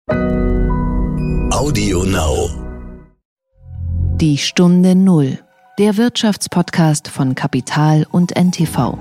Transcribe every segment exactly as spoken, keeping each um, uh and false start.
Audio Now. Die Stunde Null, der Wirtschaftspodcast von Kapital und N T V.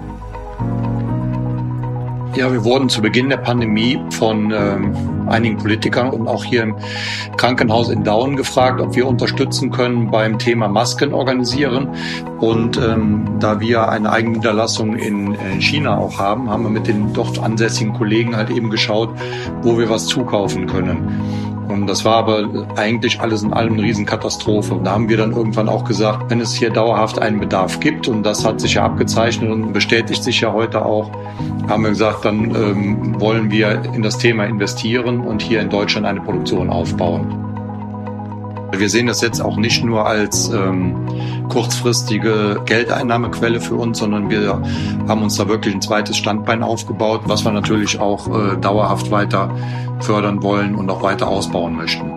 Ja, wir wurden zu Beginn der Pandemie von ähm, einigen Politikern und auch hier im Krankenhaus in Dauen gefragt, ob wir unterstützen können beim Thema Masken organisieren. Und ähm, da wir eine Eigenniederlassung in, in China auch haben, haben wir mit den dort ansässigen Kollegen halt eben geschaut, wo wir was zukaufen können. Und das war aber eigentlich alles in allem eine Riesenkatastrophe. Und da haben wir dann irgendwann auch gesagt, wenn es hier dauerhaft einen Bedarf gibt, und das hat sich ja abgezeichnet und bestätigt sich ja heute auch, haben wir gesagt, dann ähm, wollen wir in das Thema investieren und hier in Deutschland eine Produktion aufbauen. Wir sehen das jetzt auch nicht nur als ähm, kurzfristige Geldeinnahmequelle für uns, sondern wir haben uns da wirklich ein zweites Standbein aufgebaut, was wir natürlich auch äh, dauerhaft weiter fördern wollen und auch weiter ausbauen möchten.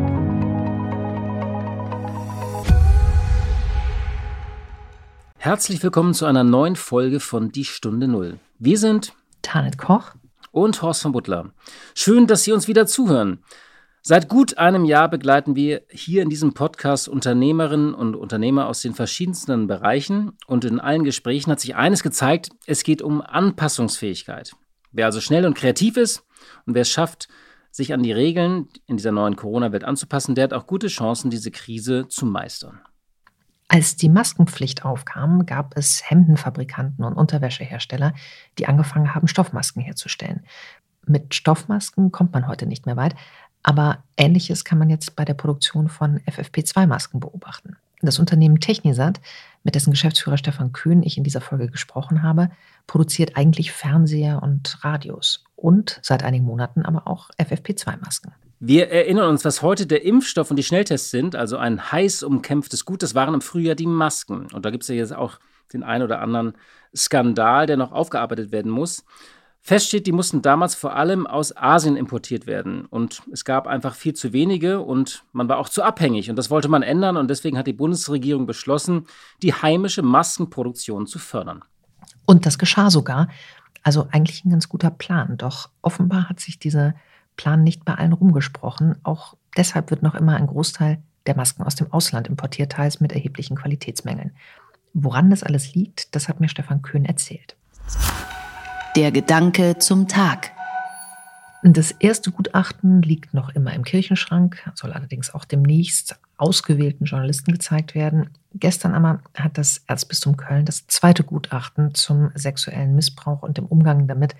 Herzlich willkommen zu einer neuen Folge von Die Stunde Null. Wir sind Tanit Koch und Horst von Butler. Schön, dass Sie uns wieder zuhören. Seit gut einem Jahr begleiten wir hier in diesem Podcast Unternehmerinnen und Unternehmer aus den verschiedensten Bereichen, und in allen Gesprächen hat sich eines gezeigt: Es geht um Anpassungsfähigkeit. Wer also schnell und kreativ ist und wer es schafft, sich an die Regeln in dieser neuen Corona-Welt anzupassen, der hat auch gute Chancen, diese Krise zu meistern. Als die Maskenpflicht aufkam, gab es Hemdenfabrikanten und Unterwäschehersteller, die angefangen haben, Stoffmasken herzustellen. Mit Stoffmasken kommt man heute nicht mehr weit, aber Ähnliches kann man jetzt bei der Produktion von F F P zwei Masken beobachten. Das Unternehmen Technisat, mit dessen Geschäftsführer Stefan Kühn ich in dieser Folge gesprochen habe, produziert eigentlich Fernseher und Radios und seit einigen Monaten aber auch F F P zwei Masken. Wir erinnern uns, was heute der Impfstoff und die Schnelltests sind, also ein heiß umkämpftes Gut. Das waren im Frühjahr die Masken. Und da gibt es ja jetzt auch den einen oder anderen Skandal, der noch aufgearbeitet werden muss. Fest steht, die mussten damals vor allem aus Asien importiert werden. Und es gab einfach viel zu wenige und man war auch zu abhängig. Und das wollte man ändern. Und deswegen hat die Bundesregierung beschlossen, die heimische Maskenproduktion zu fördern. Und das geschah sogar. Also eigentlich ein ganz guter Plan. Doch offenbar hat sich dieser Plan nicht bei allen rumgesprochen. Auch deshalb wird noch immer ein Großteil der Masken aus dem Ausland importiert, teils mit erheblichen Qualitätsmängeln. Woran das alles liegt, das hat mir Stefan Kühn erzählt. Der Gedanke zum Tag. Das erste Gutachten liegt noch immer im Kirchenschrank, soll allerdings auch demnächst ausgewählten Journalisten gezeigt werden. Gestern aber hat das Erzbistum Köln das zweite Gutachten zum sexuellen Missbrauch und dem Umgang damit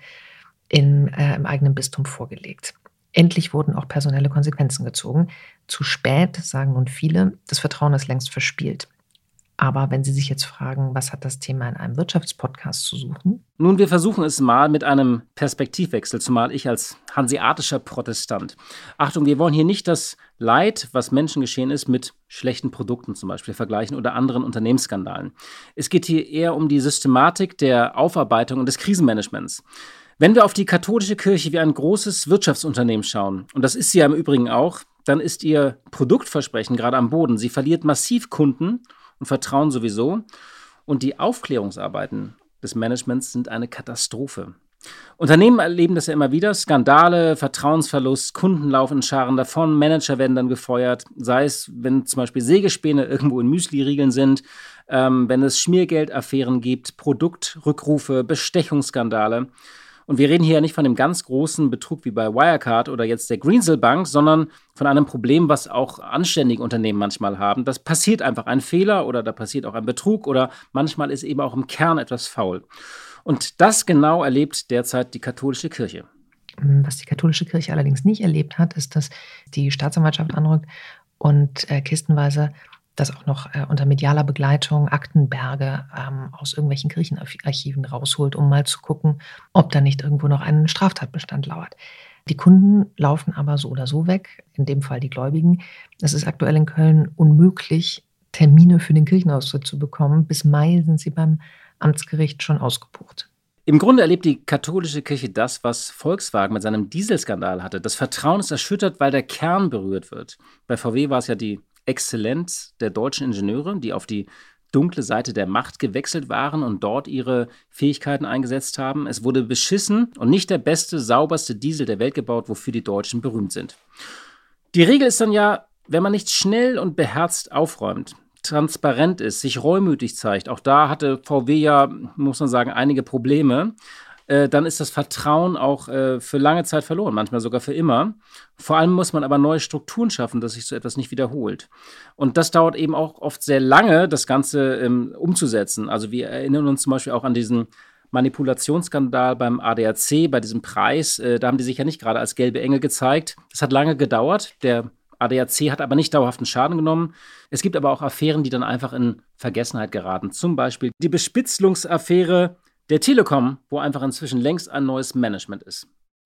in, äh, im eigenen Bistum vorgelegt. Endlich wurden auch personelle Konsequenzen gezogen. Zu spät, sagen nun viele, das Vertrauen ist längst verspielt. Aber wenn Sie sich jetzt fragen, was hat das Thema in einem Wirtschaftspodcast zu suchen? Nun, wir versuchen es mal mit einem Perspektivwechsel, zumal ich als hanseatischer Protestant. Achtung, wir wollen hier nicht das Leid, was Menschen geschehen ist, mit schlechten Produkten zum Beispiel vergleichen oder anderen Unternehmensskandalen. Es geht hier eher um die Systematik der Aufarbeitung und des Krisenmanagements. Wenn wir auf die katholische Kirche wie ein großes Wirtschaftsunternehmen schauen, und das ist sie ja im Übrigen auch, dann ist ihr Produktversprechen gerade am Boden. Sie verliert massiv Kunden und Vertrauen sowieso. Und die Aufklärungsarbeiten des Managements sind eine Katastrophe. Unternehmen erleben das ja immer wieder. Skandale, Vertrauensverlust, Kunden laufen in Scharen davon, Manager werden dann gefeuert. Sei es, wenn zum Beispiel Sägespäne irgendwo in Müsli-Riegeln sind, ähm, wenn es Schmiergeldaffären gibt, Produktrückrufe, Bestechungsskandale. Und wir reden hier ja nicht von dem ganz großen Betrug wie bei Wirecard oder jetzt der Greensill Bank, sondern von einem Problem, was auch anständige Unternehmen manchmal haben. Das passiert einfach ein Fehler oder da passiert auch ein Betrug oder manchmal ist eben auch im Kern etwas faul. Und das genau erlebt derzeit die katholische Kirche. Was die katholische Kirche allerdings nicht erlebt hat, ist, dass die Staatsanwaltschaft anrückt und äh, kistenweise das auch noch äh, unter medialer Begleitung Aktenberge ähm, aus irgendwelchen Kirchenarchiven rausholt, um mal zu gucken, ob da nicht irgendwo noch ein Straftatbestand lauert. Die Kunden laufen aber so oder so weg, in dem Fall die Gläubigen. Es ist aktuell in Köln unmöglich, Termine für den Kirchenaustritt zu bekommen. Bis Mai sind sie beim Amtsgericht schon ausgebucht. Im Grunde erlebt die katholische Kirche das, was Volkswagen mit seinem Dieselskandal hatte. Das Vertrauen ist erschüttert, weil der Kern berührt wird. Bei V W war es ja die Exzellenz der deutschen Ingenieure, die auf die dunkle Seite der Macht gewechselt waren und dort ihre Fähigkeiten eingesetzt haben. Es wurde beschissen und nicht der beste, sauberste Diesel der Welt gebaut, wofür die Deutschen berühmt sind. Die Regel ist dann ja, wenn man nicht schnell und beherzt aufräumt, transparent ist, sich reumütig zeigt, auch da hatte V W ja, muss man sagen, einige Probleme, äh, dann ist das Vertrauen auch äh, für lange Zeit verloren, manchmal sogar für immer. Vor allem muss man aber neue Strukturen schaffen, dass sich so etwas nicht wiederholt. Und das dauert eben auch oft sehr lange, das Ganze ähm, umzusetzen. Also wir erinnern uns zum Beispiel auch an diesen Manipulationsskandal beim A D A C, bei diesem Preis. Äh, da haben die sich ja nicht gerade als gelbe Engel gezeigt. Das hat lange gedauert. Der A D A C hat aber nicht dauerhaften Schaden genommen. Es gibt aber auch Affären, die dann einfach in Vergessenheit geraten. Zum Beispiel die Bespitzelungsaffäre der Telekom, wo einfach inzwischen längst ein neues Management ist.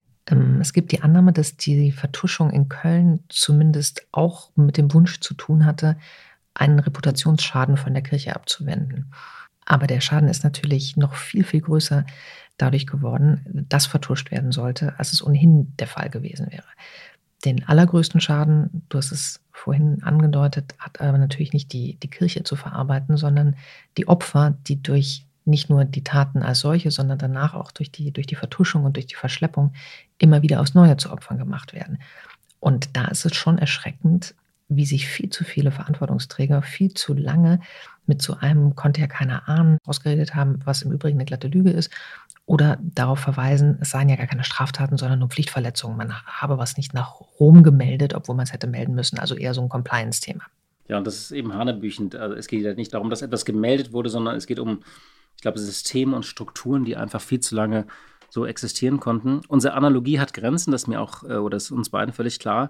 Es gibt die Annahme, dass die Vertuschung in Köln zumindest auch mit dem Wunsch zu tun hatte, einen Reputationsschaden von der Kirche abzuwenden. Aber der Schaden ist natürlich noch viel, viel größer dadurch geworden, dass vertuscht werden sollte, als es ohnehin der Fall gewesen wäre. Den allergrößten Schaden, du hast es vorhin angedeutet, hat aber natürlich nicht die, die Kirche zu verarbeiten, sondern die Opfer, die durch nicht nur die Taten als solche, sondern danach auch durch die, durch die Vertuschung und durch die Verschleppung immer wieder aufs Neue zu Opfern gemacht werden. Und da ist es schon erschreckend, wie sich viel zu viele Verantwortungsträger viel zu lange mit so einem konnte ja keiner ahnen ausgeredet haben, was im Übrigen eine glatte Lüge ist, oder darauf verweisen, es seien ja gar keine Straftaten, sondern nur Pflichtverletzungen. Man habe was nicht nach Rom gemeldet, obwohl man es hätte melden müssen. Also eher so ein Compliance-Thema. Ja, und das ist eben hanebüchend. Also es geht ja nicht darum, dass etwas gemeldet wurde, sondern es geht um, ich glaube, Systeme und Strukturen, die einfach viel zu lange so existieren konnten. Unsere Analogie hat Grenzen, das ist mir auch, oder ist uns beiden völlig klar.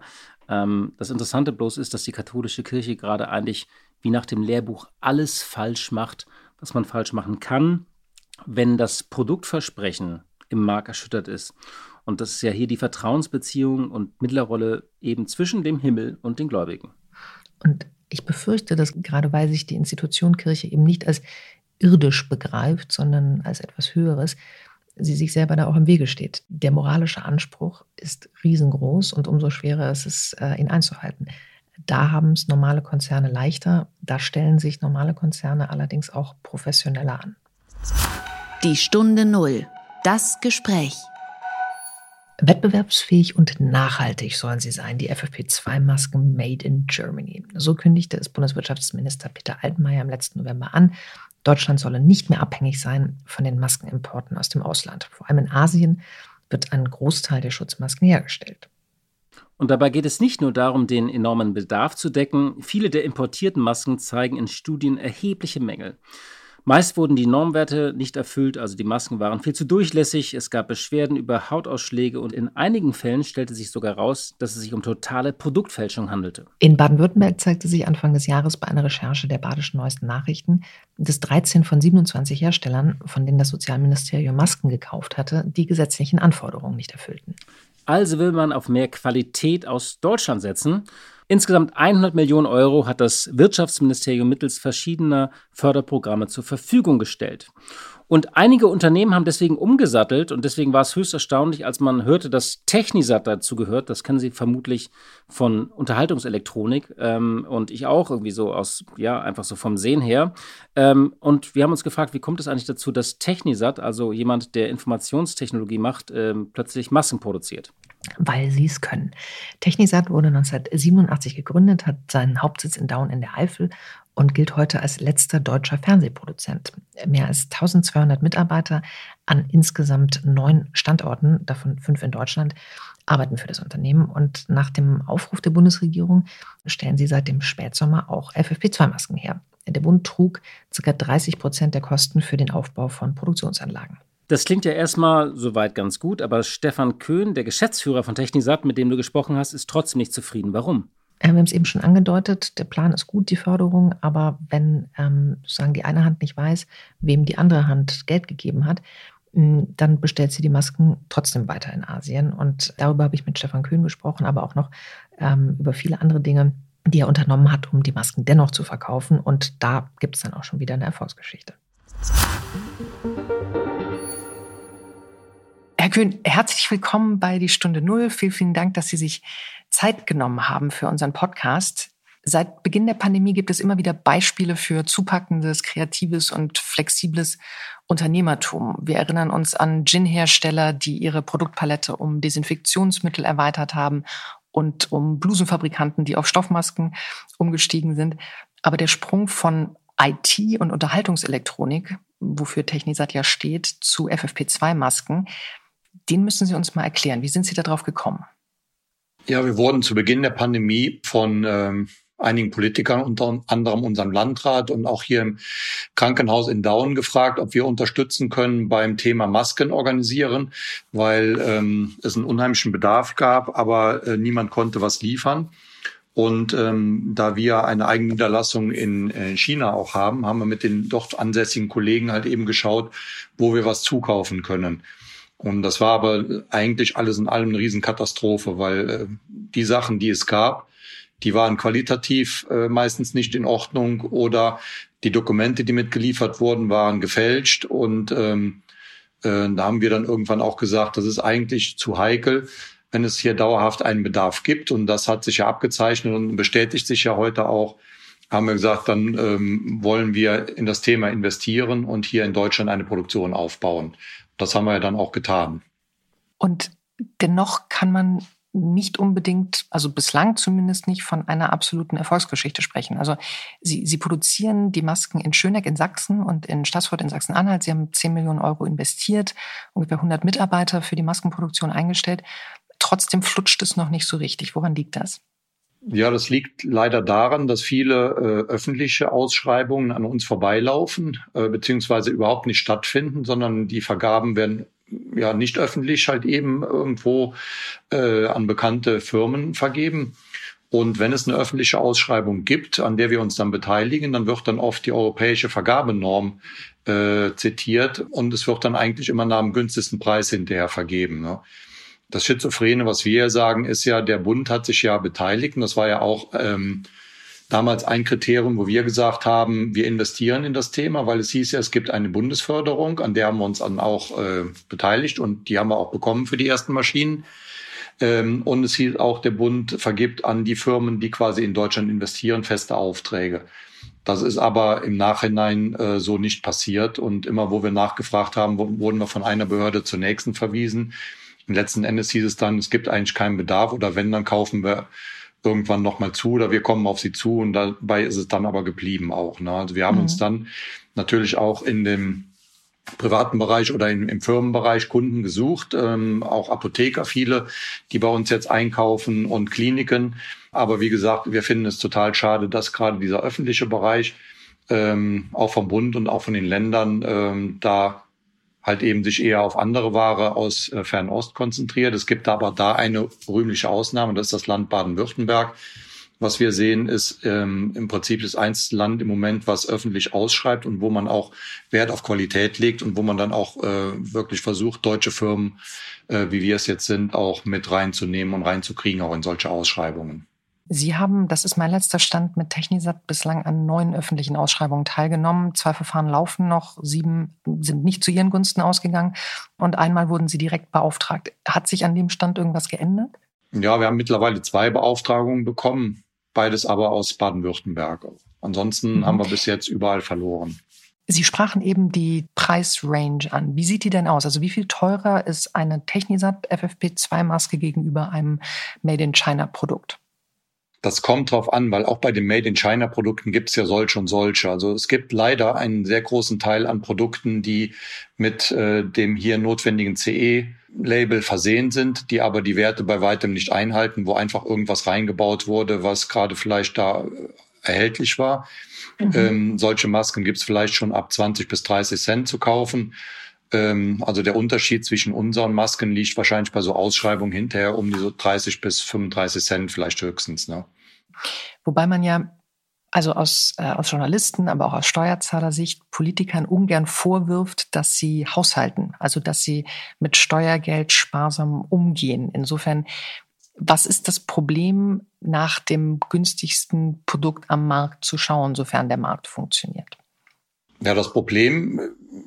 Das Interessante bloß ist, dass die katholische Kirche gerade eigentlich wie nach dem Lehrbuch alles falsch macht, was man falsch machen kann, wenn das Produktversprechen im Markt erschüttert ist. Und das ist ja hier die Vertrauensbeziehung und Mittlerrolle eben zwischen dem Himmel und den Gläubigen. Und ich befürchte, dass gerade weil sich die Institution Kirche eben nicht als irdisch begreift, sondern als etwas Höheres, sie sich selber da auch im Wege steht. Der moralische Anspruch ist riesengroß und umso schwerer ist es, ihn einzuhalten. Da haben es normale Konzerne leichter, da stellen sich normale Konzerne allerdings auch professioneller an. Die Stunde Null. Das Gespräch. Wettbewerbsfähig und nachhaltig sollen sie sein, die F F P zwei Masken Made in Germany. So kündigte es Bundeswirtschaftsminister Peter Altmaier im letzten November an. Deutschland solle nicht mehr abhängig sein von den Maskenimporten aus dem Ausland. Vor allem in Asien wird ein Großteil der Schutzmasken hergestellt. Und dabei geht es nicht nur darum, den enormen Bedarf zu decken. Viele der importierten Masken zeigen in Studien erhebliche Mängel. Meist wurden die Normwerte nicht erfüllt, also die Masken waren viel zu durchlässig, es gab Beschwerden über Hautausschläge und in einigen Fällen stellte sich sogar raus, dass es sich um totale Produktfälschung handelte. In Baden-Württemberg zeigte sich Anfang des Jahres bei einer Recherche der Badischen Neuesten Nachrichten, dass dreizehn von siebenundzwanzig Herstellern, von denen das Sozialministerium Masken gekauft hatte, die gesetzlichen Anforderungen nicht erfüllten. Also will man auf mehr Qualität aus Deutschland setzen. Insgesamt hundert Millionen Euro hat das Wirtschaftsministerium mittels verschiedener Förderprogramme zur Verfügung gestellt. Und einige Unternehmen haben deswegen umgesattelt und deswegen war es höchst erstaunlich, als man hörte, dass Technisat dazu gehört. Das kennen Sie vermutlich von Unterhaltungselektronik ähm, und ich auch irgendwie so aus, ja, einfach so vom Sehen her. Ähm, und wir haben uns gefragt, wie kommt es eigentlich dazu, dass Technisat, also jemand, der Informationstechnologie macht, ähm, plötzlich Masken produziert? Weil sie es können. Technisat wurde neunzehnhundertsiebenundachtzig gegründet, hat seinen Hauptsitz in Daun in der Eifel und gilt heute als letzter deutscher Fernsehproduzent. Mehr als eintausendzweihundert Mitarbeiter an insgesamt neun Standorten, davon fünf in Deutschland, arbeiten für das Unternehmen. Und nach dem Aufruf der Bundesregierung stellen sie seit dem Spätsommer auch F F P zwei Masken her. Der Bund trug ca. dreißig Prozent der Kosten für den Aufbau von Produktionsanlagen. Das klingt ja erstmal soweit ganz gut, aber Stefan Köhn, der Geschäftsführer von Technisat, mit dem du gesprochen hast, ist trotzdem nicht zufrieden. Warum? Wir haben es eben schon angedeutet, der Plan ist gut, die Förderung, aber wenn ähm, sozusagen die eine Hand nicht weiß, wem die andere Hand Geld gegeben hat, mh, dann bestellt sie die Masken trotzdem weiter in Asien. Und darüber habe ich mit Stefan Köhn gesprochen, aber auch noch ähm, über viele andere Dinge, die er unternommen hat, um die Masken dennoch zu verkaufen. Und da gibt es dann auch schon wieder eine Erfolgsgeschichte. Herr Köhn, herzlich willkommen bei Die Stunde Null. Vielen, vielen Dank, dass Sie sich Zeit genommen haben für unseren Podcast. Seit Beginn der Pandemie gibt es immer wieder Beispiele für zupackendes, kreatives und flexibles Unternehmertum. Wir erinnern uns an Gin-Hersteller, die ihre Produktpalette um Desinfektionsmittel erweitert haben und um Blusenfabrikanten, die auf Stoffmasken umgestiegen sind. Aber der Sprung von I T und Unterhaltungselektronik, wofür Technisat ja steht, zu F F P zwei Masken, den müssen Sie uns mal erklären. Wie sind Sie darauf gekommen? Ja, wir wurden zu Beginn der Pandemie von ähm, einigen Politikern, unter anderem unserem Landrat und auch hier im Krankenhaus in Dauen gefragt, ob wir unterstützen können beim Thema Masken organisieren, weil ähm, es einen unheimlichen Bedarf gab, aber äh, niemand konnte was liefern. Und ähm, da wir eine Eigenniederlassung in äh, China auch haben, haben wir mit den dort ansässigen Kollegen halt eben geschaut, wo wir was zukaufen können. Und das war aber eigentlich alles in allem eine Riesenkatastrophe, weil äh, die Sachen, die es gab, die waren qualitativ äh, meistens nicht in Ordnung oder die Dokumente, die mitgeliefert wurden, waren gefälscht. Und ähm, äh, da haben wir dann irgendwann auch gesagt, das ist eigentlich zu heikel, wenn es hier dauerhaft einen Bedarf gibt. Und das hat sich ja abgezeichnet und bestätigt sich ja heute auch. Haben wir gesagt, dann ähm, wollen wir in das Thema investieren und hier in Deutschland eine Produktion aufbauen. Das haben wir ja dann auch getan. Und dennoch kann man nicht unbedingt, also bislang zumindest nicht, von einer absoluten Erfolgsgeschichte sprechen. Also Sie, Sie produzieren die Masken in Schöneck in Sachsen und in Staßfurt in Sachsen-Anhalt. Sie haben zehn Millionen Euro investiert, ungefähr hundert Mitarbeiter für die Maskenproduktion eingestellt. Trotzdem flutscht es noch nicht so richtig. Woran liegt das? Ja, das liegt leider daran, dass viele äh, öffentliche Ausschreibungen an uns vorbeilaufen, äh, beziehungsweise überhaupt nicht stattfinden, sondern die Vergaben werden ja nicht öffentlich halt eben irgendwo äh, an bekannte Firmen vergeben. Und wenn es eine öffentliche Ausschreibung gibt, an der wir uns dann beteiligen, dann wird dann oft die europäische Vergabenorm äh, zitiert und es wird dann eigentlich immer nach dem günstigsten Preis hinterher vergeben, ne? Das Schizophrene, was wir sagen, ist ja, der Bund hat sich ja beteiligt und das war ja auch ähm, damals ein Kriterium, wo wir gesagt haben, wir investieren in das Thema, weil es hieß ja, es gibt eine Bundesförderung, an der haben wir uns dann auch äh, beteiligt und die haben wir auch bekommen für die ersten Maschinen. Ähm, und es hieß auch, der Bund vergibt an die Firmen, die quasi in Deutschland investieren, feste Aufträge. Das ist aber im Nachhinein äh, so nicht passiert und immer, wo wir nachgefragt haben, wurden wir von einer Behörde zur nächsten verwiesen. Und letzten Endes hieß es dann, es gibt eigentlich keinen Bedarf oder wenn, dann kaufen wir irgendwann nochmal zu oder wir kommen auf sie zu und dabei ist es dann aber geblieben auch, ne? Also wir haben mhm. uns dann natürlich auch in dem privaten Bereich oder in, im Firmenbereich Kunden gesucht, ähm, auch Apotheker viele, die bei uns jetzt einkaufen und Kliniken. Aber wie gesagt, wir finden es total schade, dass gerade dieser öffentliche Bereich ähm, auch vom Bund und auch von den Ländern ähm, da halt eben sich eher auf andere Ware aus äh, Fernost konzentriert. Es gibt aber da eine rühmliche Ausnahme, das ist das Land Baden-Württemberg. Was wir sehen, ist ähm, im Prinzip das einzige Land im Moment, was öffentlich ausschreibt und wo man auch Wert auf Qualität legt und wo man dann auch äh, wirklich versucht, deutsche Firmen, äh, wie wir es jetzt sind, auch mit reinzunehmen und reinzukriegen, auch in solche Ausschreibungen. Sie haben, das ist mein letzter Stand, mit Technisat bislang an neun öffentlichen Ausschreibungen teilgenommen. Zwei Verfahren laufen noch, sieben sind nicht zu Ihren Gunsten ausgegangen und einmal wurden Sie direkt beauftragt. Hat sich an dem Stand irgendwas geändert? Ja, wir haben mittlerweile zwei Beauftragungen bekommen, beides aber aus Baden-Württemberg. Ansonsten mhm. haben wir bis jetzt überall verloren. Sie sprachen eben die Preisrange an. Wie sieht die denn aus? Also wie viel teurer ist eine Technisat F F P zwei Maske gegenüber einem Made-in-China-Produkt? Das kommt drauf an, weil auch bei den Made-in-China-Produkten gibt es ja solche und solche. Also es gibt leider einen sehr großen Teil an Produkten, die mit äh, dem hier notwendigen C E-Label versehen sind, die aber die Werte bei weitem nicht einhalten, wo einfach irgendwas reingebaut wurde, was gerade vielleicht da erhältlich war. Mhm. Ähm, solche Masken gibt es vielleicht schon ab zwanzig bis dreißig Cent zu kaufen. Also der Unterschied zwischen unseren Masken liegt wahrscheinlich bei so Ausschreibungen hinterher um die so dreißig bis fünfunddreißig Cent vielleicht höchstens, ne? Wobei man ja also aus, äh, aus Journalisten, aber auch aus Steuerzahlersicht Politikern ungern vorwirft, dass sie haushalten, also dass sie mit Steuergeld sparsam umgehen. Insofern, was ist das Problem, nach dem günstigsten Produkt am Markt zu schauen, sofern der Markt funktioniert? Ja, das Problem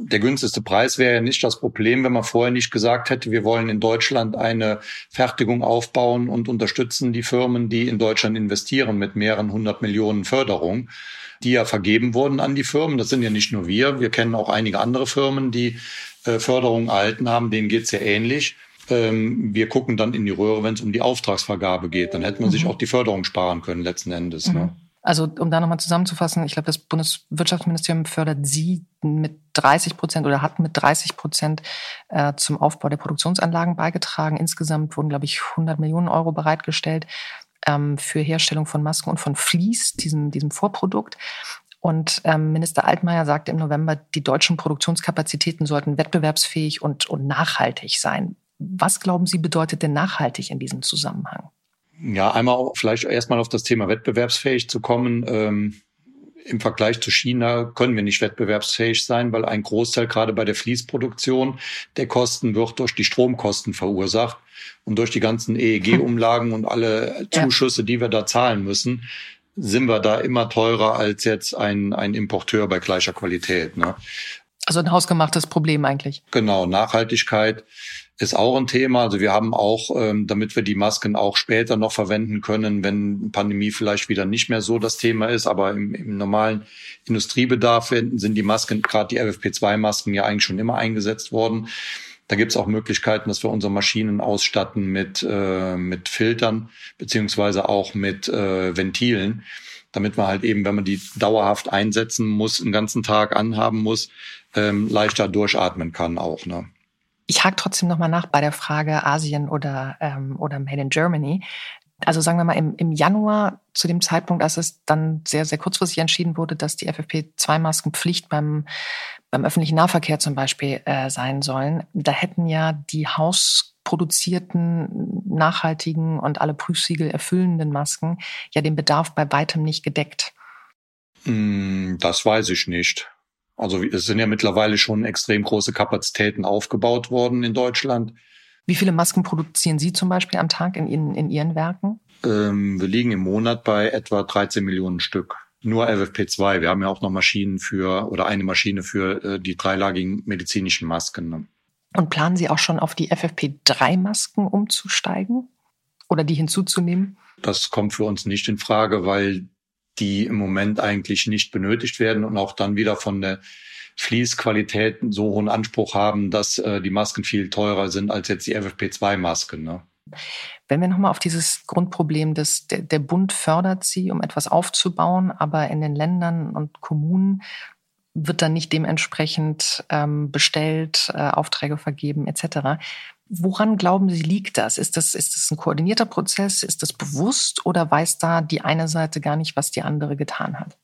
der günstigste Preis wäre ja nicht das Problem, wenn man vorher nicht gesagt hätte, wir wollen in Deutschland eine Fertigung aufbauen und unterstützen die Firmen, die in Deutschland investieren mit mehreren hundert Millionen Förderung, die ja vergeben wurden an die Firmen. Das sind ja nicht nur wir, wir kennen auch einige andere Firmen, die äh, Förderung erhalten haben, denen geht's ja ähnlich. Ähm, wir gucken dann in die Röhre, wenn es um die Auftragsvergabe geht. Dann hätte man mhm. sich auch die Förderung sparen können letzten Endes. Mhm. Ne? Also um da nochmal zusammenzufassen, ich glaube, das Bundeswirtschaftsministerium fördert Sie mit dreißig Prozent oder hat mit dreißig Prozent äh, zum Aufbau der Produktionsanlagen beigetragen. Insgesamt wurden, glaube ich, hundert Millionen Euro bereitgestellt ähm, für Herstellung von Masken und von Vlies, diesem, diesem Vorprodukt. Und ähm, Minister Altmaier sagte im November, die deutschen Produktionskapazitäten sollten wettbewerbsfähig und, und nachhaltig sein. Was glauben Sie, bedeutet denn nachhaltig in diesem Zusammenhang? Ja, einmal vielleicht erstmal auf das Thema wettbewerbsfähig zu kommen. Ähm, im Vergleich zu China können wir nicht wettbewerbsfähig sein, weil ein Großteil gerade bei der Fließproduktion der Kosten wird durch die Stromkosten verursacht und durch die ganzen E E G-Umlagen und alle Zuschüsse, die wir da zahlen müssen, sind wir da immer teurer als jetzt ein, ein Importeur bei gleicher Qualität. Ne? Also ein hausgemachtes Problem eigentlich. Genau, Nachhaltigkeit ist auch ein Thema. Also wir haben auch, ähm, damit wir die Masken auch später noch verwenden können, wenn Pandemie vielleicht wieder nicht mehr so das Thema ist, aber im, im normalen Industriebedarf sind die Masken, gerade die F F P zwei Masken, ja eigentlich schon immer eingesetzt worden. Da gibt es auch Möglichkeiten, dass wir unsere Maschinen ausstatten mit äh, mit Filtern beziehungsweise auch mit äh, Ventilen, damit man halt eben, wenn man die dauerhaft einsetzen muss, einen ganzen Tag anhaben muss, ähm, leichter durchatmen kann auch, ne? Ich hake trotzdem nochmal nach bei der Frage Asien oder, ähm, oder Made in Germany. Also sagen wir mal im, im Januar, zu dem Zeitpunkt, als es dann sehr, sehr kurzfristig entschieden wurde, dass die F F P zwei Masken Pflicht beim, beim öffentlichen Nahverkehr zum Beispiel äh, sein sollen, da hätten ja die hausproduzierten, nachhaltigen und alle Prüfsiegel erfüllenden Masken ja den Bedarf bei weitem nicht gedeckt. Das weiß ich nicht. Also es sind ja mittlerweile schon extrem große Kapazitäten aufgebaut worden in Deutschland. Wie viele Masken produzieren Sie zum Beispiel am Tag in Ihren, in Ihren Werken? Ähm, wir liegen im Monat bei etwa dreizehn Millionen Stück. Nur F F P zwei. Wir haben ja auch noch Maschinen für oder eine Maschine für äh, die dreilagigen medizinischen Masken. Ne? Und planen Sie auch schon auf die F F P drei Masken umzusteigen oder die hinzuzunehmen? Das kommt für uns nicht in Frage, weil die im Moment eigentlich nicht benötigt werden und auch dann wieder von der Fließqualität so hohen Anspruch haben, dass äh, die Masken viel teurer sind als jetzt die F F P zwei Masken. Ne? Wenn wir nochmal auf dieses Grundproblem, des, der, der Bund fördert sie, um etwas aufzubauen, aber in den Ländern und Kommunen wird dann nicht dementsprechend ähm, bestellt, äh, Aufträge vergeben et cetera. Woran glauben Sie, liegt das? Ist das, ist das ein koordinierter Prozess? Ist das bewusst oder weiß da die eine Seite gar nicht, was die andere getan hat?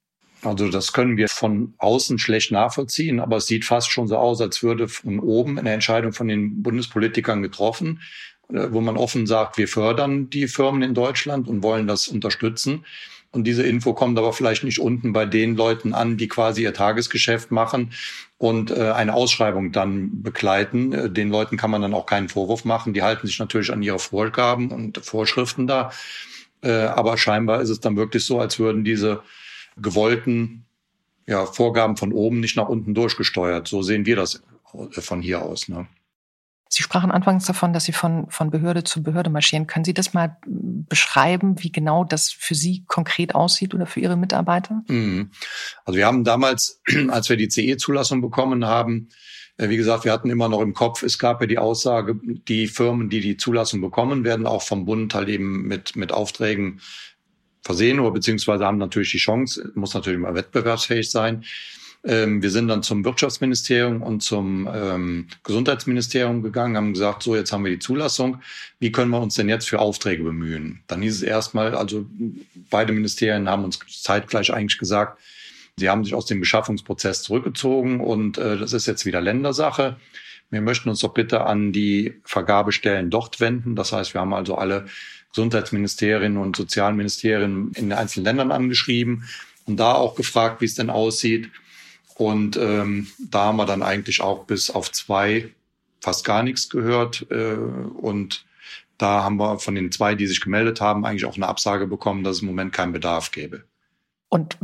Also das können wir von außen schlecht nachvollziehen, aber es sieht fast schon so aus, als würde von oben eine Entscheidung von den Bundespolitikern getroffen, wo man offen sagt, wir fördern die Firmen in Deutschland und wollen das unterstützen. Und diese Info kommt aber vielleicht nicht unten bei den Leuten an, die quasi ihr Tagesgeschäft machen und äh, eine Ausschreibung dann begleiten. Äh, den Leuten kann man dann auch keinen Vorwurf machen. Die halten sich natürlich an ihre Vorgaben und Vorschriften da. Äh, aber scheinbar ist es dann wirklich so, als würden diese gewollten ja, Vorgaben von oben nicht nach unten durchgesteuert. So sehen wir das von hier aus, ne? Sie sprachen anfangs davon, dass Sie von, von Behörde zu Behörde marschieren. Können Sie das mal beschreiben, wie genau das für Sie konkret aussieht oder für Ihre Mitarbeiter? Also wir haben damals, als wir die C E-Zulassung bekommen haben, wie gesagt, wir hatten immer noch im Kopf, es gab ja die Aussage, die Firmen, die die Zulassung bekommen, werden auch vom Bund halt eben mit, mit Aufträgen versehen oder beziehungsweise haben natürlich die Chance, muss natürlich mal wettbewerbsfähig sein. Wir sind dann zum Wirtschaftsministerium und zum ähm, Gesundheitsministerium gegangen, haben gesagt, so, jetzt haben wir die Zulassung. Wie können wir uns denn jetzt für Aufträge bemühen? Dann hieß es erstmal, also beide Ministerien haben uns zeitgleich eigentlich gesagt, sie haben sich aus dem Beschaffungsprozess zurückgezogen und äh, das ist jetzt wieder Ländersache. Wir möchten uns doch bitte an die Vergabestellen dort wenden. Das heißt, wir haben also alle Gesundheitsministerien und Sozialministerien in den einzelnen Ländern angeschrieben und da auch gefragt, wie es denn aussieht. Und ähm, da haben wir dann eigentlich auch bis auf zwei fast gar nichts gehört. Äh, und da haben wir von den zwei, die sich gemeldet haben, eigentlich auch eine Absage bekommen, dass es im Moment keinen Bedarf gäbe. Und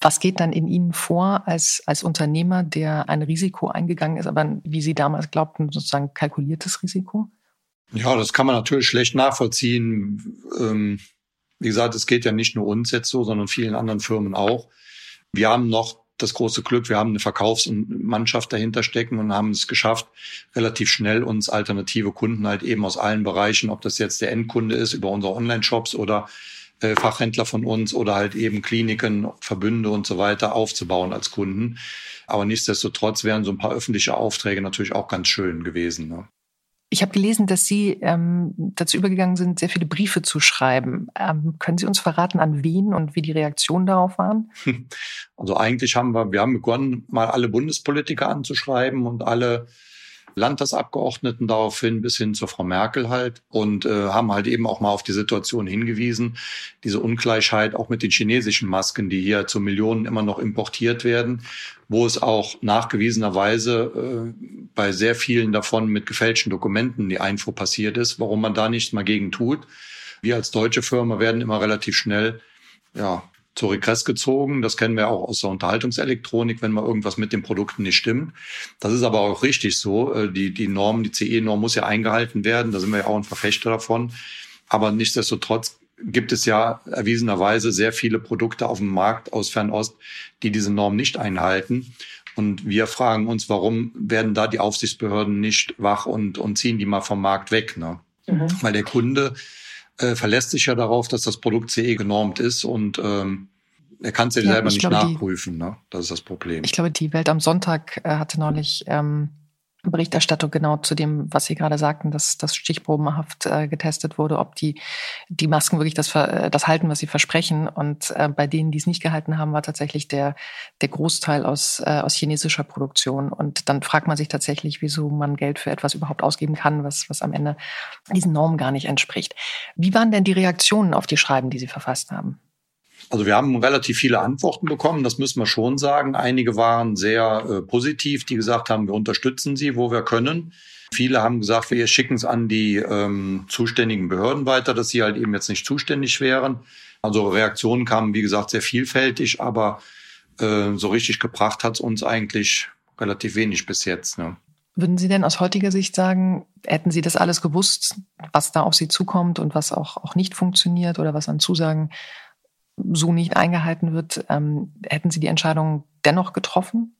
Was geht dann in Ihnen vor als, als Unternehmer, der ein Risiko eingegangen ist, aber wie Sie damals glaubten, sozusagen kalkuliertes Risiko? Ja, das kann man natürlich schlecht nachvollziehen. Ähm, wie gesagt, es geht ja nicht nur uns jetzt so, sondern vielen anderen Firmen auch. Wir haben noch das große Glück, wir haben eine Verkaufsmannschaft dahinter stecken und haben es geschafft, relativ schnell uns alternative Kunden halt eben aus allen Bereichen, ob das jetzt der Endkunde ist über unsere Online-Shops oder äh, Fachhändler von uns oder halt eben Kliniken, Verbünde und so weiter aufzubauen als Kunden. Aber nichtsdestotrotz wären so ein paar öffentliche Aufträge natürlich auch ganz schön gewesen, ne? Ich habe gelesen, dass Sie ähm, dazu übergegangen sind, sehr viele Briefe zu schreiben. Ähm, können Sie uns verraten, an wen und wie die Reaktionen darauf waren? Also eigentlich haben wir, wir haben begonnen, mal alle Bundespolitiker anzuschreiben und alle Landtagsabgeordneten daraufhin bis hin zur Frau Merkel halt und äh, haben halt eben auch mal auf die Situation hingewiesen, diese Ungleichheit auch mit den chinesischen Masken, die hier zu Millionen immer noch importiert werden, wo es auch nachgewiesenerweise äh, bei sehr vielen davon mit gefälschten Dokumenten die Einfuhr passiert ist, warum man da nichts mal gegen tut. Wir als deutsche Firma werden immer relativ schnell, ja, zur Regress gezogen. Das kennen wir auch aus der Unterhaltungselektronik, wenn mal irgendwas mit den Produkten nicht stimmt. Das ist aber auch richtig so. Die, die Norm, die C E-Norm muss ja eingehalten werden. Da sind wir ja auch ein Verfechter davon. Aber nichtsdestotrotz gibt es ja erwiesenerweise sehr viele Produkte auf dem Markt aus Fernost, die diese Norm nicht einhalten. Und wir fragen uns, warum werden da die Aufsichtsbehörden nicht wach und, und ziehen die mal vom Markt weg, ne? Mhm. Weil der Kunde äh, verlässt sich ja darauf, dass das Produkt C E genormt ist und ähm, er kann es ja, ja selber nicht glaube, nachprüfen. Die, ne? Das ist das Problem. Ich glaube, die Welt am Sonntag äh, hatte neulich ähm, Berichterstattung genau zu dem, was Sie gerade sagten, dass das stichprobenhaft äh, getestet wurde, ob die die Masken wirklich das, das halten, was sie versprechen. Und äh, bei denen, die es nicht gehalten haben, war tatsächlich der der Großteil aus äh, aus chinesischer Produktion. Und dann fragt man sich tatsächlich, wieso man Geld für etwas überhaupt ausgeben kann, was was am Ende diesen Normen gar nicht entspricht. Wie waren denn die Reaktionen auf die Schreiben, die Sie verfasst haben? Also wir haben relativ viele Antworten bekommen, das müssen wir schon sagen. Einige waren sehr äh, positiv, die gesagt haben, wir unterstützen sie, wo wir können. Viele haben gesagt, wir schicken es an die ähm, zuständigen Behörden weiter, dass sie halt eben jetzt nicht zuständig wären. Also Reaktionen kamen, wie gesagt, sehr vielfältig, aber äh, so richtig gebracht hat es uns eigentlich relativ wenig bis jetzt, ne? Würden Sie denn aus heutiger Sicht sagen, hätten Sie das alles gewusst, was da auf Sie zukommt und was auch, auch nicht funktioniert oder was an Zusagen so nicht eingehalten wird, ähm, hätten Sie die Entscheidung dennoch getroffen?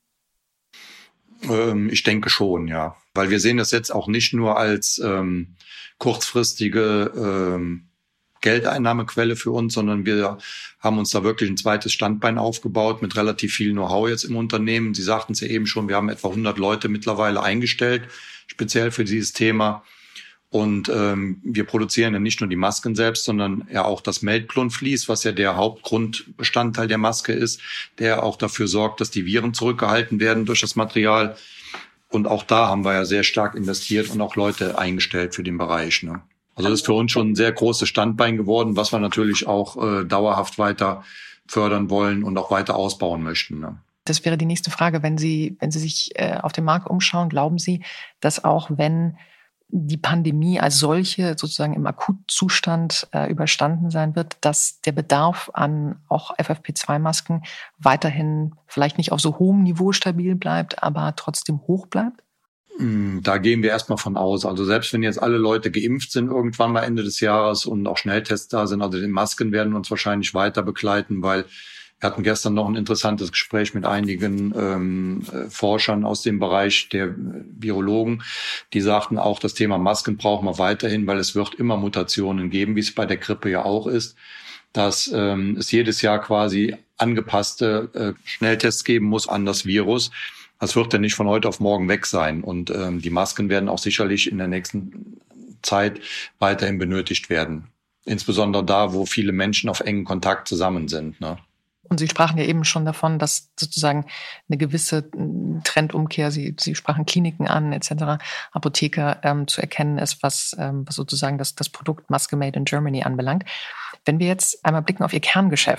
Ähm, ich denke schon, ja. Weil wir sehen das jetzt auch nicht nur als ähm, kurzfristige ähm, Geldeinnahmequelle für uns, sondern wir haben uns da wirklich ein zweites Standbein aufgebaut mit relativ viel Know-how jetzt im Unternehmen. Sie sagten es ja eben schon, wir haben etwa hundert Leute mittlerweile eingestellt, speziell für dieses Thema. Und ähm, wir produzieren ja nicht nur die Masken selbst, sondern ja auch das Meltblonvlies, was ja der Hauptgrundbestandteil der Maske ist, der auch dafür sorgt, dass die Viren zurückgehalten werden durch das Material. Und auch da haben wir ja sehr stark investiert und auch Leute eingestellt für den Bereich, ne? Also das ist für uns schon ein sehr großes Standbein geworden, was wir natürlich auch äh, dauerhaft weiter fördern wollen und auch weiter ausbauen möchten, ne? Das wäre die nächste Frage. Wenn Sie, wenn Sie sich äh, auf dem Markt umschauen, glauben Sie, dass auch wenn die Pandemie als solche sozusagen im Akutzustand äh, überstanden sein wird, dass der Bedarf an auch F F P zwei Masken weiterhin vielleicht nicht auf so hohem Niveau stabil bleibt, aber trotzdem hoch bleibt? Da gehen wir erstmal von aus. Also selbst wenn jetzt alle Leute geimpft sind irgendwann mal Ende des Jahres und auch Schnelltests da sind, also die Masken werden uns wahrscheinlich weiter begleiten, weil wir hatten gestern noch ein interessantes Gespräch mit einigen ähm, Forschern aus dem Bereich der Virologen. Die sagten auch, das Thema Masken brauchen wir weiterhin, weil es wird immer Mutationen geben, wie es bei der Grippe ja auch ist, dass ähm, es jedes Jahr quasi angepasste äh, Schnelltests geben muss an das Virus. Das wird ja nicht von heute auf morgen weg sein. Und ähm, die Masken werden auch sicherlich in der nächsten Zeit weiterhin benötigt werden. Insbesondere da, wo viele Menschen auf engen Kontakt zusammen sind, ne? Und Sie sprachen ja eben schon davon, dass sozusagen eine gewisse Trendumkehr, Sie, Sie sprachen Kliniken an, et cetera, Apotheker ähm, zu erkennen ist, was, ähm, was sozusagen das, das Produkt Maske Made in Germany anbelangt. Wenn wir jetzt einmal blicken auf Ihr Kerngeschäft,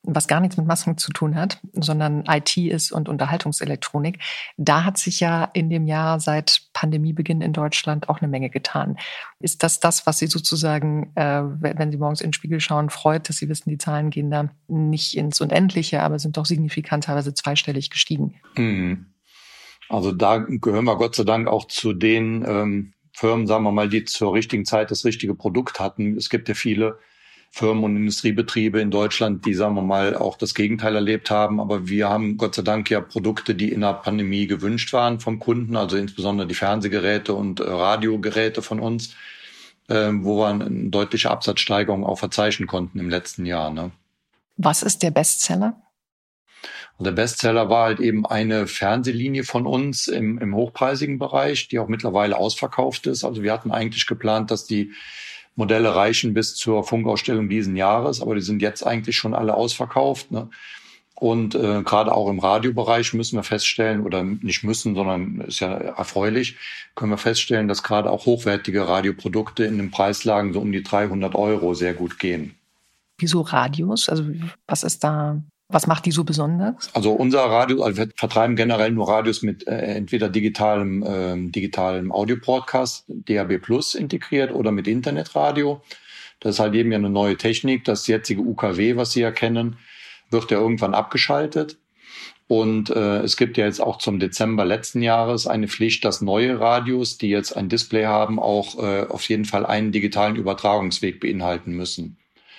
was gar nichts mit Masken zu tun hat, sondern I T ist und Unterhaltungselektronik. Da hat sich ja in dem Jahr seit Pandemiebeginn in Deutschland auch eine Menge getan. Ist das das, was Sie sozusagen, äh, wenn Sie morgens in den Spiegel schauen, freut, dass Sie wissen, die Zahlen gehen da nicht ins Unendliche, aber sind doch signifikant teilweise zweistellig gestiegen? Mhm. Also da gehören wir Gott sei Dank auch zu den ähm, Firmen, sagen wir mal, die zur richtigen Zeit das richtige Produkt hatten. Es gibt ja viele Firmen und Industriebetriebe in Deutschland, die, sagen wir mal, auch das Gegenteil erlebt haben. Aber wir haben Gott sei Dank ja Produkte, die in der Pandemie gewünscht waren vom Kunden, also insbesondere die Fernsehgeräte und äh, Radiogeräte von uns, äh, wo wir eine deutliche Absatzsteigerung auch verzeichnen konnten im letzten Jahr. Ne? Was ist der Bestseller? Und der Bestseller war halt eben eine Fernsehlinie von uns im, im hochpreisigen Bereich, die auch mittlerweile ausverkauft ist. Also wir hatten eigentlich geplant, dass die Modelle reichen bis zur Funkausstellung diesen Jahres, aber die sind jetzt eigentlich schon alle ausverkauft. Ne? Und äh, gerade auch im Radiobereich müssen wir feststellen, oder nicht müssen, sondern ist ja erfreulich, können wir feststellen, dass gerade auch hochwertige Radioprodukte in den Preislagen so um die dreihundert Euro sehr gut gehen. Wieso Radios? Also was ist da... Was macht die so besonders? Also unser Radio, also wir vertreiben generell nur Radios mit äh, entweder digitalem, äh, digitalem Audio-Broadcast, D A B Plus integriert oder mit Internetradio. Das ist halt eben ja eine neue Technik. Das jetzige U K W, was Sie ja kennen, wird ja irgendwann abgeschaltet. Und äh, es gibt ja jetzt auch zum Dezember letzten Jahres eine Pflicht, dass neue Radios, die jetzt ein Display haben, auch äh, auf jeden Fall einen digitalen Übertragungsweg beinhalten müssen.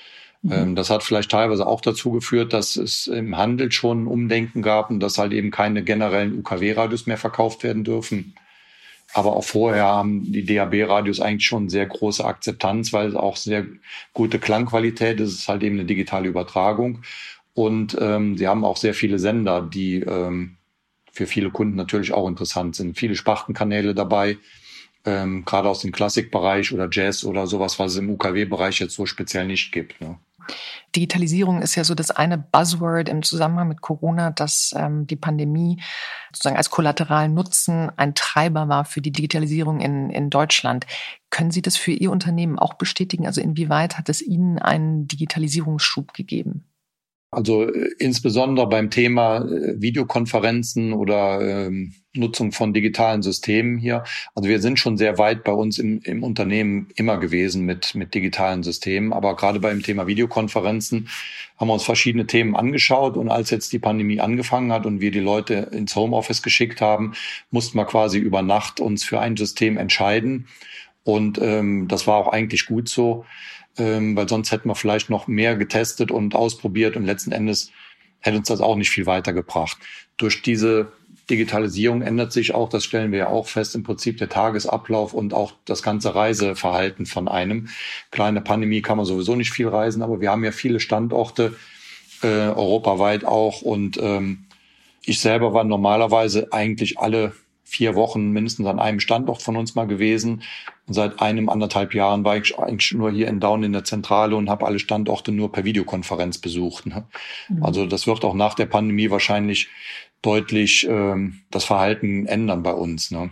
Das hat vielleicht teilweise auch dazu geführt, dass es im Handel schon ein Umdenken gab und dass halt eben keine generellen U K W-Radios mehr verkauft werden dürfen. Aber auch vorher haben die D A B-Radios eigentlich schon sehr große Akzeptanz, weil es auch sehr gute Klangqualität ist. Es ist halt eben eine digitale Übertragung. Und ähm, sie haben auch sehr viele Sender, die ähm, für viele Kunden natürlich auch interessant sind. Viele Spartenkanäle dabei. Ähm, gerade aus dem Klassikbereich oder Jazz oder sowas, was es im U K W-Bereich jetzt so speziell nicht gibt. Ne? Digitalisierung ist ja so das eine Buzzword im Zusammenhang mit Corona, dass ähm, die Pandemie sozusagen als kollateralen Nutzen ein Treiber war für die Digitalisierung in, in Deutschland. Können Sie das für Ihr Unternehmen auch bestätigen? Also inwieweit hat es Ihnen einen Digitalisierungsschub gegeben? Also äh, insbesondere beim Thema äh, Videokonferenzen oder ähm, Nutzung von digitalen Systemen hier. Also wir sind schon sehr weit bei uns im, im Unternehmen immer gewesen mit, mit digitalen Systemen. Aber gerade beim Thema Videokonferenzen haben wir uns verschiedene Themen angeschaut. Und als jetzt die Pandemie angefangen hat und wir die Leute ins Homeoffice geschickt haben, mussten wir quasi über Nacht uns für ein System entscheiden. Und ähm, das war auch eigentlich gut so. Ähm, weil sonst hätten wir vielleicht noch mehr getestet und ausprobiert und letzten Endes hätte uns das auch nicht viel weitergebracht. Durch diese Digitalisierung ändert sich auch, das stellen wir ja auch fest, im Prinzip der Tagesablauf und auch das ganze Reiseverhalten von einem. Klar, in der Pandemie kann man sowieso nicht viel reisen, aber wir haben ja viele Standorte, äh, europaweit auch. Und ähm, ich selber war normalerweise eigentlich alle vier Wochen mindestens an einem Standort von uns mal gewesen. Und seit einem, anderthalb Jahren war ich eigentlich nur hier in Daun in der Zentrale und habe alle Standorte nur per Videokonferenz besucht. Ne? Mhm. Also das wird auch nach der Pandemie wahrscheinlich deutlich ähm, das Verhalten ändern bei uns. Ne?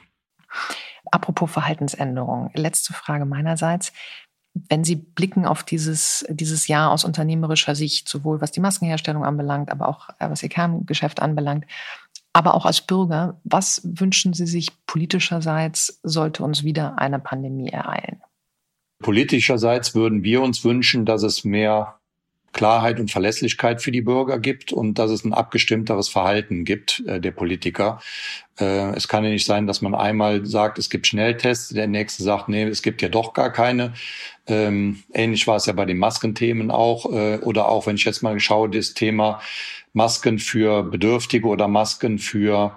Apropos Verhaltensänderung. Letzte Frage meinerseits. Wenn Sie blicken auf dieses, dieses Jahr aus unternehmerischer Sicht, sowohl was die Maskenherstellung anbelangt, aber auch was Ihr Kerngeschäft anbelangt, aber auch als Bürger, was wünschen Sie sich politischerseits, sollte uns wieder eine Pandemie ereilen? Politischerseits würden wir uns wünschen, dass es mehr Klarheit und Verlässlichkeit für die Bürger gibt und dass es ein abgestimmteres Verhalten gibt äh, der Politiker. Äh, es kann ja nicht sein, dass man einmal sagt, es gibt Schnelltests, der nächste sagt, nee, es gibt ja doch gar keine. Ähm, ähnlich war es ja bei den Maskenthemen auch. Äh, oder auch, wenn ich jetzt mal schaue, das Thema Masken für Bedürftige oder Masken für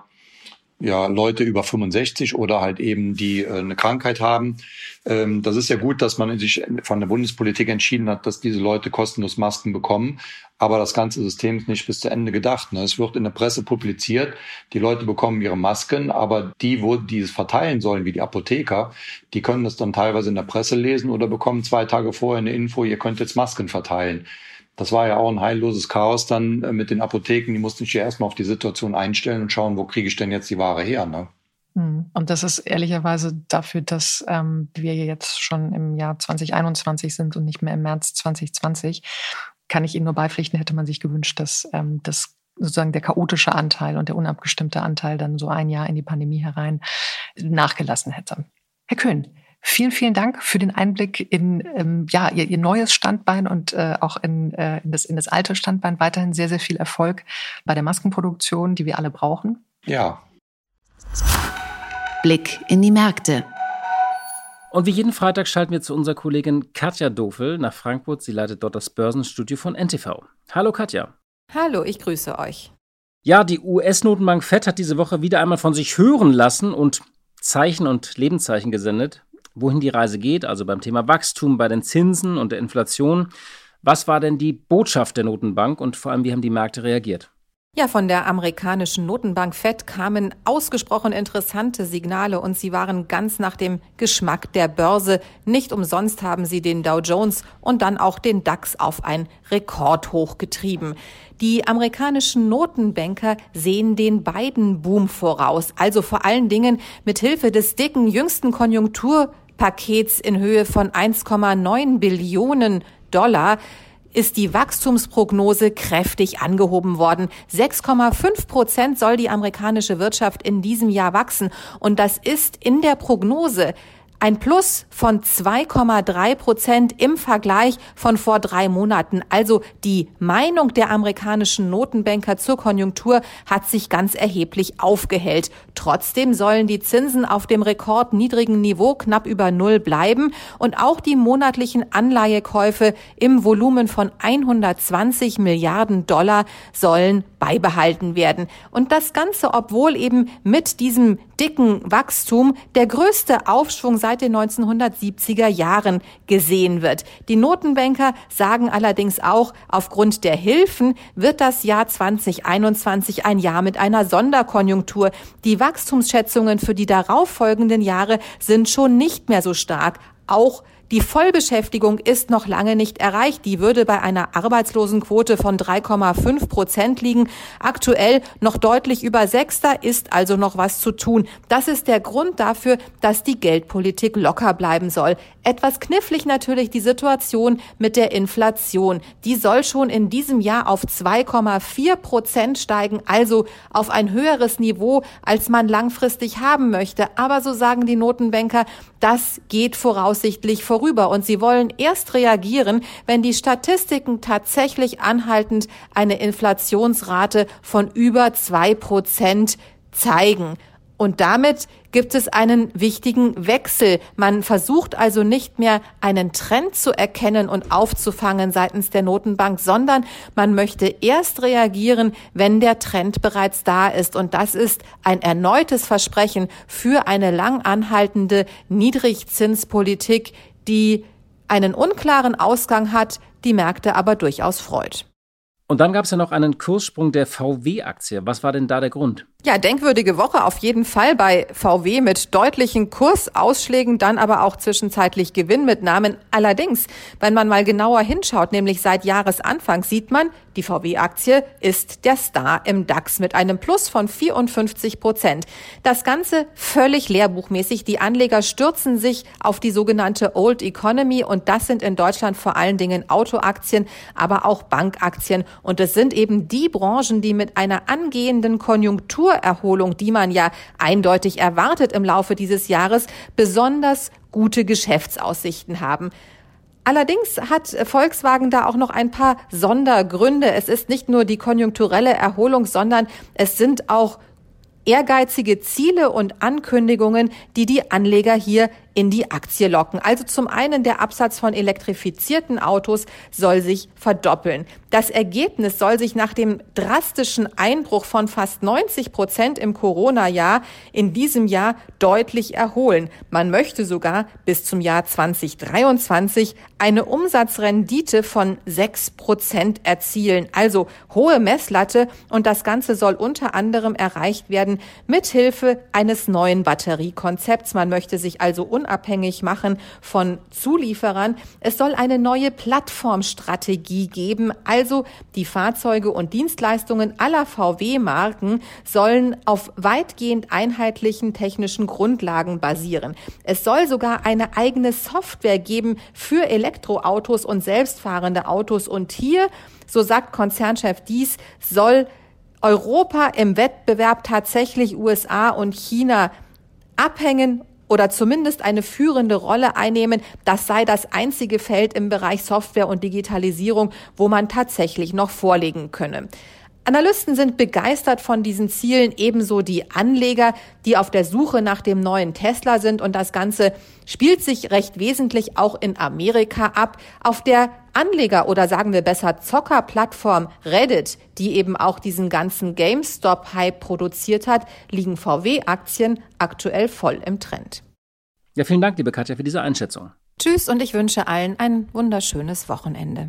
ja Leute über fünfundsechzig oder halt eben die äh, eine Krankheit haben. Ähm, das ist ja gut, dass man sich von der Bundespolitik entschieden hat, dass diese Leute kostenlos Masken bekommen. Aber das ganze System ist nicht bis zu Ende gedacht. Ne? Es wird in der Presse publiziert, die Leute bekommen ihre Masken, aber die, wo die es verteilen sollen, wie die Apotheker, die können das dann teilweise in der Presse lesen oder bekommen zwei Tage vorher eine Info, ihr könnt jetzt Masken verteilen. Das war ja auch ein heilloses Chaos dann mit den Apotheken. Die mussten sich ja erstmal auf die Situation einstellen und schauen, wo kriege ich denn jetzt die Ware her, ne? Und das ist ehrlicherweise dafür, dass ähm, wir jetzt schon im Jahr zwanzig einundzwanzig sind und nicht mehr im März zwanzig zwanzig, kann ich Ihnen nur beipflichten, hätte man sich gewünscht, dass ähm, das sozusagen der chaotische Anteil und der unabgestimmte Anteil dann so ein Jahr in die Pandemie herein nachgelassen hätte. Herr Köhn, vielen, vielen Dank für den Einblick in ähm, ja, ihr, ihr neues Standbein und äh, auch in, äh, in, das, in das alte Standbein. Weiterhin sehr, sehr viel Erfolg bei der Maskenproduktion, die wir alle brauchen. Ja. Blick in die Märkte. Und wie jeden Freitag schalten wir zu unserer Kollegin Katja Dofel nach Frankfurt. Sie leitet dort das Börsenstudio von N T V. Hallo Katja. Hallo, ich grüße euch. Ja, die U S-Notenbank Fed hat diese Woche wieder einmal von sich hören lassen und Zeichen und Lebenszeichen gesendet, wohin die Reise geht, also beim Thema Wachstum, bei den Zinsen und der Inflation. Was war denn die Botschaft der Notenbank und vor allem, wie haben die Märkte reagiert? Ja, von der amerikanischen Notenbank Fed kamen ausgesprochen interessante Signale und sie waren ganz nach dem Geschmack der Börse. Nicht umsonst haben sie den Dow Jones und dann auch den DAX auf ein Rekordhoch getrieben. Die amerikanischen Notenbanker sehen den Biden-Boom voraus, also vor allen Dingen mit Hilfe des dicken jüngsten Konjunkturpakets in Höhe von eins Komma neun Billionen Dollar ist die Wachstumsprognose kräftig angehoben worden. sechs Komma fünf Prozent soll die amerikanische Wirtschaft in diesem Jahr wachsen. Und das ist in der Prognose ein Plus von zwei Komma drei Prozent im Vergleich von vor drei Monaten. Also die Meinung der amerikanischen Notenbanker zur Konjunktur hat sich ganz erheblich aufgehellt. Trotzdem sollen die Zinsen auf dem rekordniedrigen Niveau knapp über Null bleiben und auch die monatlichen Anleihekäufe im Volumen von hundertzwanzig Milliarden Dollar sollen beibehalten werden. Und das Ganze, obwohl eben mit diesem dicken Wachstum der größte Aufschwung seit den neunzehnhundertsiebziger Jahren gesehen wird. Die Notenbanker sagen allerdings auch, aufgrund der Hilfen wird das Jahr zwanzig einundzwanzig ein Jahr mit einer Sonderkonjunktur. Die Wachstumsschätzungen für die darauffolgenden Jahre sind schon nicht mehr so stark. Auch die Vollbeschäftigung ist noch lange nicht erreicht. Die würde bei einer Arbeitslosenquote von drei Komma fünf Prozent liegen. Aktuell noch deutlich über sechs, da ist also noch was zu tun. Das ist der Grund dafür, dass die Geldpolitik locker bleiben soll. Etwas knifflig natürlich die Situation mit der Inflation. Die soll schon in diesem Jahr auf zwei Komma vier Prozent steigen, also auf ein höheres Niveau, als man langfristig haben möchte. Aber so sagen die Notenbanker, das geht voraussichtlich vorüber und sie wollen erst reagieren, wenn die Statistiken tatsächlich anhaltend eine Inflationsrate von über zwei Prozent zeigen. Und damit gibt es einen wichtigen Wechsel. Man versucht also nicht mehr einen Trend zu erkennen und aufzufangen seitens der Notenbank, sondern man möchte erst reagieren, wenn der Trend bereits da ist. Und das ist ein erneutes Versprechen für eine lang anhaltende Niedrigzinspolitik, die einen unklaren Ausgang hat, die Märkte aber durchaus freut. Und dann gab es ja noch einen Kurssprung der V W-Aktie. Was war denn da der Grund? Ja, denkwürdige Woche auf jeden Fall bei V W mit deutlichen Kursausschlägen, dann aber auch zwischenzeitlich Gewinnmitnahmen. Allerdings, wenn man mal genauer hinschaut, nämlich seit Jahresanfang, sieht man, die V W-Aktie ist der Star im DAX mit einem Plus von vierundfünfzig Prozent. Das Ganze völlig lehrbuchmäßig. Die Anleger stürzen sich auf die sogenannte Old Economy und das sind in Deutschland vor allen Dingen Autoaktien, aber auch Bankaktien. Und es sind eben die Branchen, die mit einer angehenden Konjunkturerholung, die man ja eindeutig erwartet im Laufe dieses Jahres, besonders gute Geschäftsaussichten haben. Allerdings hat Volkswagen da auch noch ein paar Sondergründe. Es ist nicht nur die konjunkturelle Erholung, sondern es sind auch ehrgeizige Ziele und Ankündigungen, die die Anleger hier in die Aktie locken. Also zum einen der Absatz von elektrifizierten Autos soll sich verdoppeln. Das Ergebnis soll sich nach dem drastischen Einbruch von fast neunzig Prozent im Corona-Jahr in diesem Jahr deutlich erholen. Man möchte sogar bis zum Jahr zwanzig dreiundzwanzig eine Umsatzrendite von sechs Prozent erzielen. Also hohe Messlatte und das Ganze soll unter anderem erreicht werden mithilfe eines neuen Batteriekonzepts. Man möchte sich also unabhängig unabhängig machen von Zulieferern. Es soll eine neue Plattformstrategie geben, also die Fahrzeuge und Dienstleistungen aller V W-Marken sollen auf weitgehend einheitlichen technischen Grundlagen basieren. Es soll sogar eine eigene Software geben für Elektroautos und selbstfahrende Autos. Und hier, so sagt Konzernchef Diess, soll Europa im Wettbewerb tatsächlich U S A und China abhängen oder zumindest eine führende Rolle einnehmen. Das sei das einzige Feld im Bereich Software und Digitalisierung, wo man tatsächlich noch vorlegen könne. Analysten sind begeistert von diesen Zielen, ebenso die Anleger, die auf der Suche nach dem neuen Tesla sind. Und das Ganze spielt sich recht wesentlich auch in Amerika ab. Auf der Anleger- oder sagen wir besser Zocker-Plattform Reddit, die eben auch diesen ganzen GameStop-Hype produziert hat, liegen V W-Aktien aktuell voll im Trend. Ja, vielen Dank, liebe Katja, für diese Einschätzung. Tschüss und ich wünsche allen ein wunderschönes Wochenende.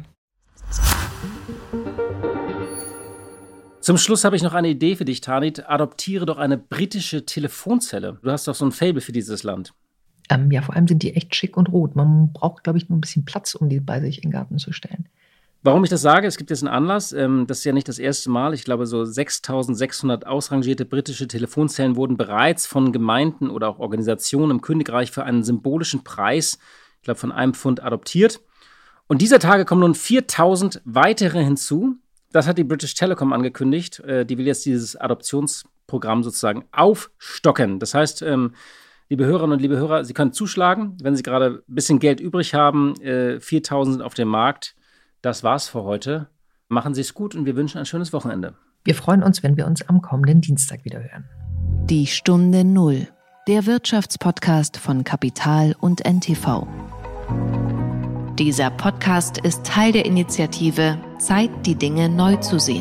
Zum Schluss habe ich noch eine Idee für dich, Tanit. Adoptiere doch eine britische Telefonzelle. Du hast doch so ein Faible für dieses Land. Ähm, ja, vor allem sind die echt schick und rot. Man braucht, glaube ich, nur ein bisschen Platz, um die bei sich in den Garten zu stellen. Warum ich das sage, es gibt jetzt einen Anlass. Ähm, das ist ja nicht das erste Mal. Ich glaube, so sechstausendsechshundert ausrangierte britische Telefonzellen wurden bereits von Gemeinden oder auch Organisationen im Königreich für einen symbolischen Preis, ich glaube, von einem Pfund adoptiert. Und dieser Tage kommen nun viertausend weitere hinzu. Das hat die British Telecom angekündigt. Die will jetzt dieses Adoptionsprogramm sozusagen aufstocken. Das heißt, liebe Hörerinnen und liebe Hörer, Sie können zuschlagen, wenn Sie gerade ein bisschen Geld übrig haben. viertausend sind auf dem Markt. Das war's für heute. Machen Sie es gut und wir wünschen ein schönes Wochenende. Wir freuen uns, wenn wir uns am kommenden Dienstag wieder hören. Die Stunde Null, der Wirtschaftspodcast von Kapital und N T V. Dieser Podcast ist Teil der Initiative Zeit, die Dinge neu zu sehen.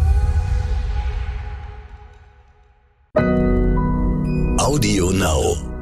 Audio Now.